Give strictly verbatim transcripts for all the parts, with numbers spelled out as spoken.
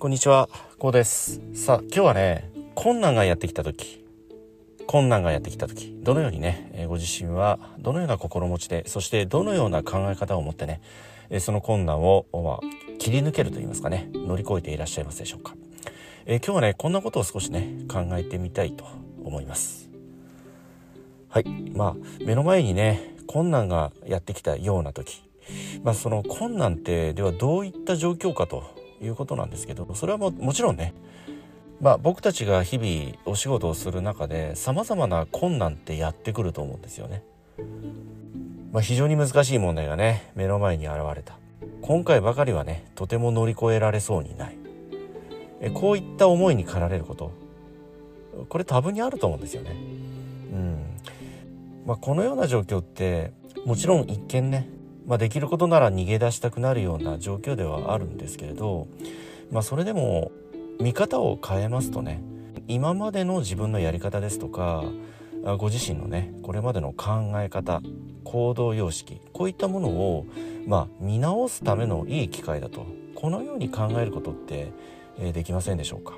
こんにちは、こうです。さあ、今日はね、困難がやってきた時困難がやってきた時どのようにね、ご自身はどのような心持ちで、そしてどのような考え方を持ってね、その困難を、まあ、切り抜けるといいますかね、乗り越えていらっしゃいますでしょうか。えー、今日はね、こんなことを少しね考えてみたいと思います。はい、まあ目の前にね困難がやってきたような時、まあその困難ってではどういった状況かということなんですけど、それはももちろんね、まあ僕たちが日々お仕事をする中で様々な困難ってやってくると思うんですよね。まあ非常に難しい問題がね目の前に現れた、今回ばかりはねとても乗り越えられそうにない、えこういった思いに駆られること、これ多分にあると思うんですよね。うんまあ、このような状況ってもちろん一見ね、まあ、できることなら逃げ出したくなるような状況ではあるんですけれど、まあ、それでも見方を変えますとね、今までの自分のやり方ですとか、ご自身のねこれまでの考え方、行動様式、こういったものを、まあ、見直すためのいい機会だと、このように考えることって、えー、できませんでしょうか。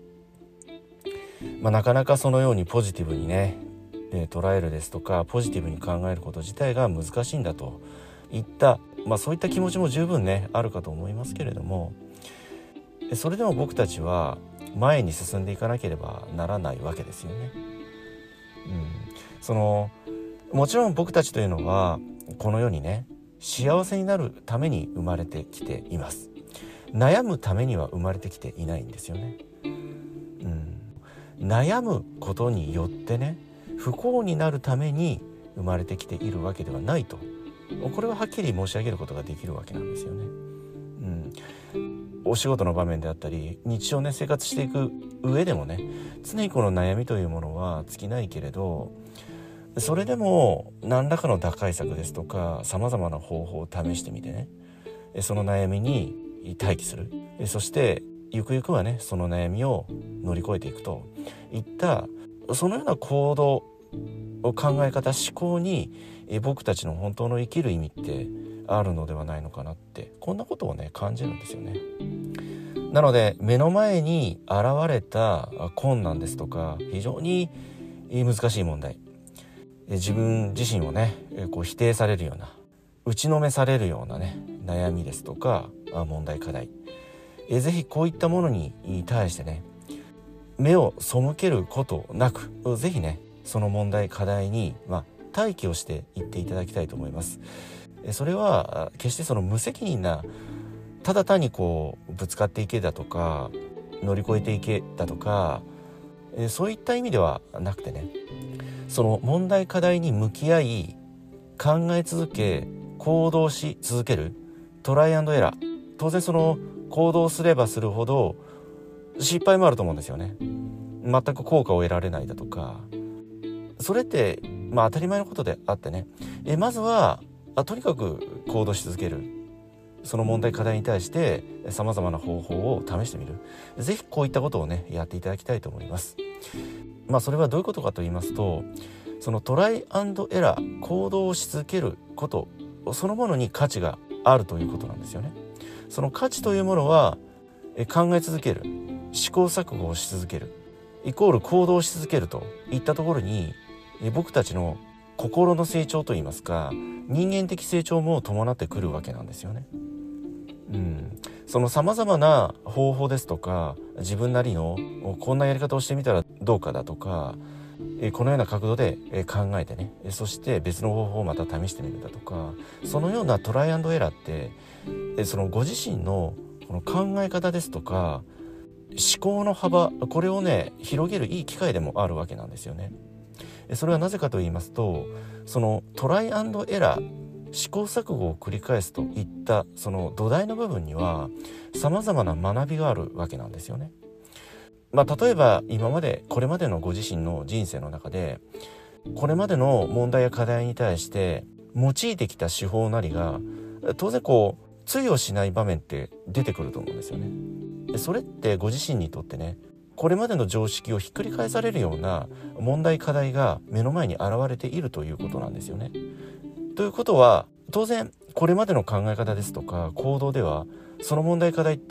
まあ、なかなかそのようにポジティブにね捉えるですとか、ポジティブに考えること自体が難しいんだといった、まあ、そういった気持ちも十分ねあるかと思いますけれども、それでも僕たちは前に進んでいかなければならないわけですよね。うん、そのもちろん僕たちというのはこの世にね幸せになるために生まれてきています。悩むためには生まれてきていないんですよね。うん、悩むことによってね不幸になるために生まれてきているわけではないと、これははっきり申し上げることができるわけなんですよね。うん、お仕事の場面であったり日常ね生活していく上でもね、常にこの悩みというものは尽きないけれど、それでも何らかの打開策ですとかさまざまな方法を試してみてね、その悩みに待機する、そしてゆくゆくはねその悩みを乗り越えていくといったそのような行動、考え方、思考に僕たちの本当の生きる意味ってあるのではないのかなって、こんなことをね感じるんですよね。なので目の前に現れた困難ですとか非常に難しい問題、自分自身をねこう否定されるような、打ちのめされるようなね悩みですとか問題課題、えぜひこういったものに対してね目を背けることなく、ぜひねその問題課題に、まあ、待機をしていっていただきたいと思います。それは決してその無責任なただ単にこうぶつかっていけだとか乗り越えていけだとか、そういった意味ではなくてね、その問題課題に向き合い考え続け行動し続けるトライアンドエラー、当然その行動すればするほど失敗もあると思うんですよね。全く効果を得られないだとか、それってまあ当たり前のことであってね、えまずはあとにかく行動し続ける、その問題課題に対してさまざまな方法を試してみる、ぜひこういったことをねやっていただきたいと思います。まあそれはどういうことかと言いますと、そのトライアンドエラー、行動をし続けることそのものに価値があるということなんですよね。その価値というものは考え続ける、試行錯誤をし続けるイコール行動し続けるといったところに、僕たちの心の成長といいますか人間的成長も伴ってくるわけなんですよね。うん、そのさまざまな方法ですとか自分なりのこんなやり方をしてみたらどうかだとか、このような角度で考えてね、そして別の方法をまた試してみるだとか、そのようなトライアンドエラーってそのご自身のこの考え方ですとか思考の幅、これをね広げるいい機会でもあるわけなんですよね。それはなぜかと言いますと、そのトライアンドエラー、試行錯誤を繰り返すといったその土台の部分にはさまざまな学びがあるわけなんですよね。まあ、例えば今までこれまでのご自身の人生の中でこれまでの問題や課題に対して用いてきた手法なりが当然こう通用しない場面って出てくると思うんですよね。それってご自身にとってねこれまでの常識をひっくり返されるような問題課題が目の前に現れているということなんですよね。ということは当然これまでの考え方ですとか行動ではその問題課題って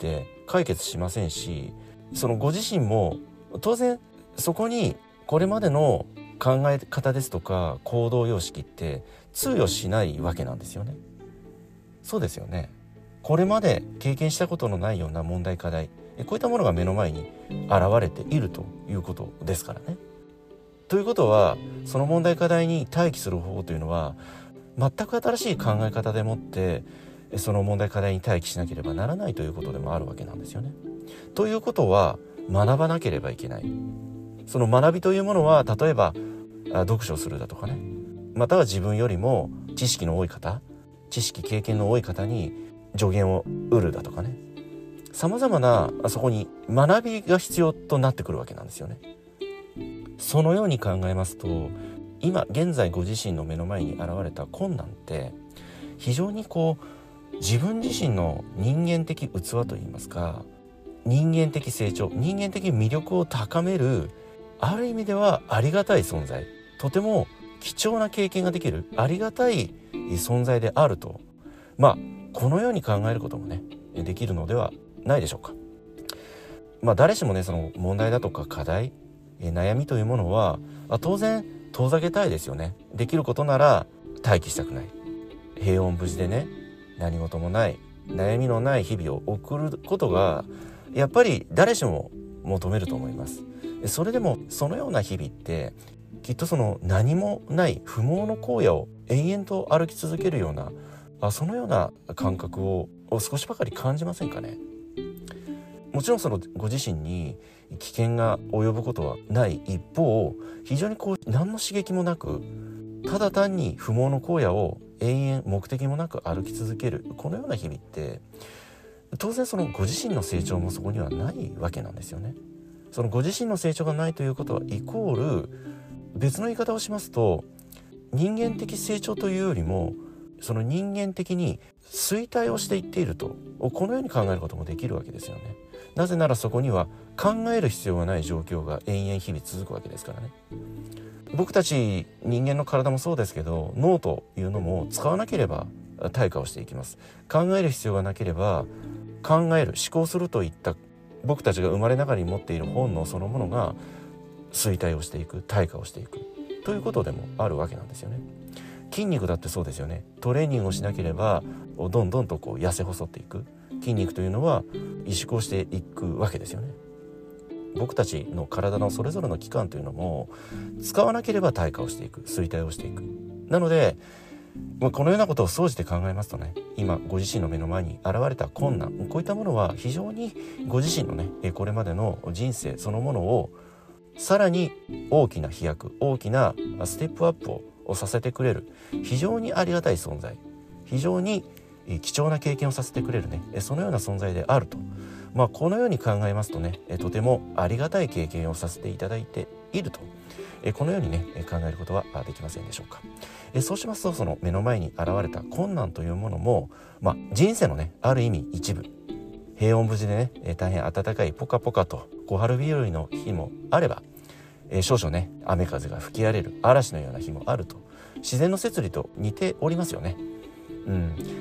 解決しませんし、そのご自身も当然そこにこれまでの考え方ですとか行動様式って通用しないわけなんですよね。そうですよね。これまで経験したことのないような問題課題、こういったものが目の前に現れているということですからね。ということはその問題課題に対帰する方法というのは全く新しい考え方でもってその問題課題に対帰しなければならないということでもあるわけなんですよね。ということは学ばなければいけない。その学びというものは例えば読書をするだとかね、または自分よりも知識の多い方、知識経験の多い方に助言を得るだとかね、さまざまなそこに学びが必要となってくるわけなんですよね。そのように考えますと今現在ご自身の目の前に現れた困難って非常にこう自分自身の人間的器といいますか、人間的成長、人間的魅力を高めるある意味ではありがたい存在、とても貴重な経験ができるありがたい存在であると、まあこのように考えることもねできるのではないでしょうか。まあ誰しもねその問題だとか課題、悩みというものは当然遠ざけたいですよね。できることなら待機したくない、平穏無事でね何事もない悩みのない日々を送ることがやっぱり誰しも求めると思います。それでもそのような日々ってきっとその何もない不毛の荒野を延々と歩き続けるようなあそのような感覚を少しばかり感じませんかね。もちろんそのご自身に危険が及ぶことはない一方、非常にこう何の刺激もなくただ単に不毛の荒野を延々目的もなく歩き続けるこのような日々って当然そのご自身の成長もそこにはないわけなんですよね。そのご自身の成長がないということはイコール別の言い方をしますと人間的成長というよりもその人間的に衰退をしていっているとこのように考えることもできるわけですよね。なぜならそこには考える必要がない状況が延々日々続くわけですからね。僕たち人間の体もそうですけど脳というのも使わなければ退化をしていきます。考える必要がなければ考える思考するといった僕たちが生まれながらに持っている本能そのものが衰退をしていく、退化をしていくということでもあるわけなんですよね。筋肉だってそうですよね。トレーニングをしなければどんどんとこう痩せ細っていく。筋肉というのは萎縮をしていくわけですよね。僕たちの体のそれぞれの器官というのも使わなければ退化をしていく、衰退をしていく。なのでこのようなことを総じて考えますとね、今ご自身の目の前に現れた困難、こういったものは非常にご自身のねこれまでの人生そのものをさらに大きな飛躍、大きなステップアップをさせてくれる非常にありがたい存在、非常に貴重な経験をさせてくれるねそのような存在であると、まあ、このように考えますとねとてもありがたい経験をさせていただいていると、このようにね考えることはできませんでしょうか。そうしますとその目の前に現れた困難というものも、まあ、人生のねある意味一部、平穏無事でね大変暖かいポカポカと小春日和の日もあれば、えー、少々ね雨風が吹き荒れる嵐のような日もあると、自然の摂理と似ておりますよね。うん、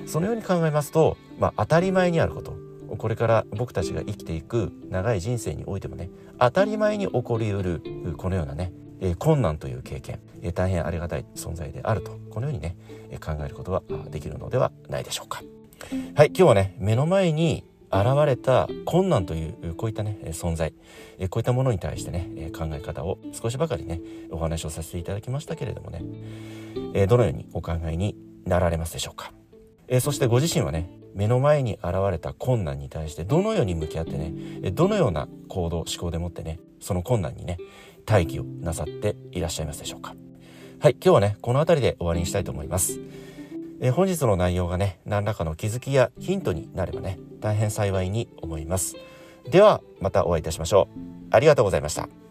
そのように考えますと、まあ、当たり前にあること、これから僕たちが生きていく長い人生においてもね当たり前に起こりうるこのようなね、えー、困難という経験、えー、大変ありがたい存在であると、このようにね、えー、考えることはできるのではないでしょうか。はい、今日はね目の前に現れた困難というこういったね存在、こういったものに対してね考え方を少しばかりねお話をさせていただきましたけれどもね、どのようにお考えになられますでしょうか。そしてご自身はね目の前に現れた困難に対してどのように向き合ってね、どのような行動思考でもってねその困難にね待機をなさっていらっしゃいますでしょうか。はい、今日はねこの辺りで終わりにしたいと思います。え本日の内容がね何らかの気づきやヒントになればね大変幸いに思います。ではまたお会いいたしましょう。ありがとうございました。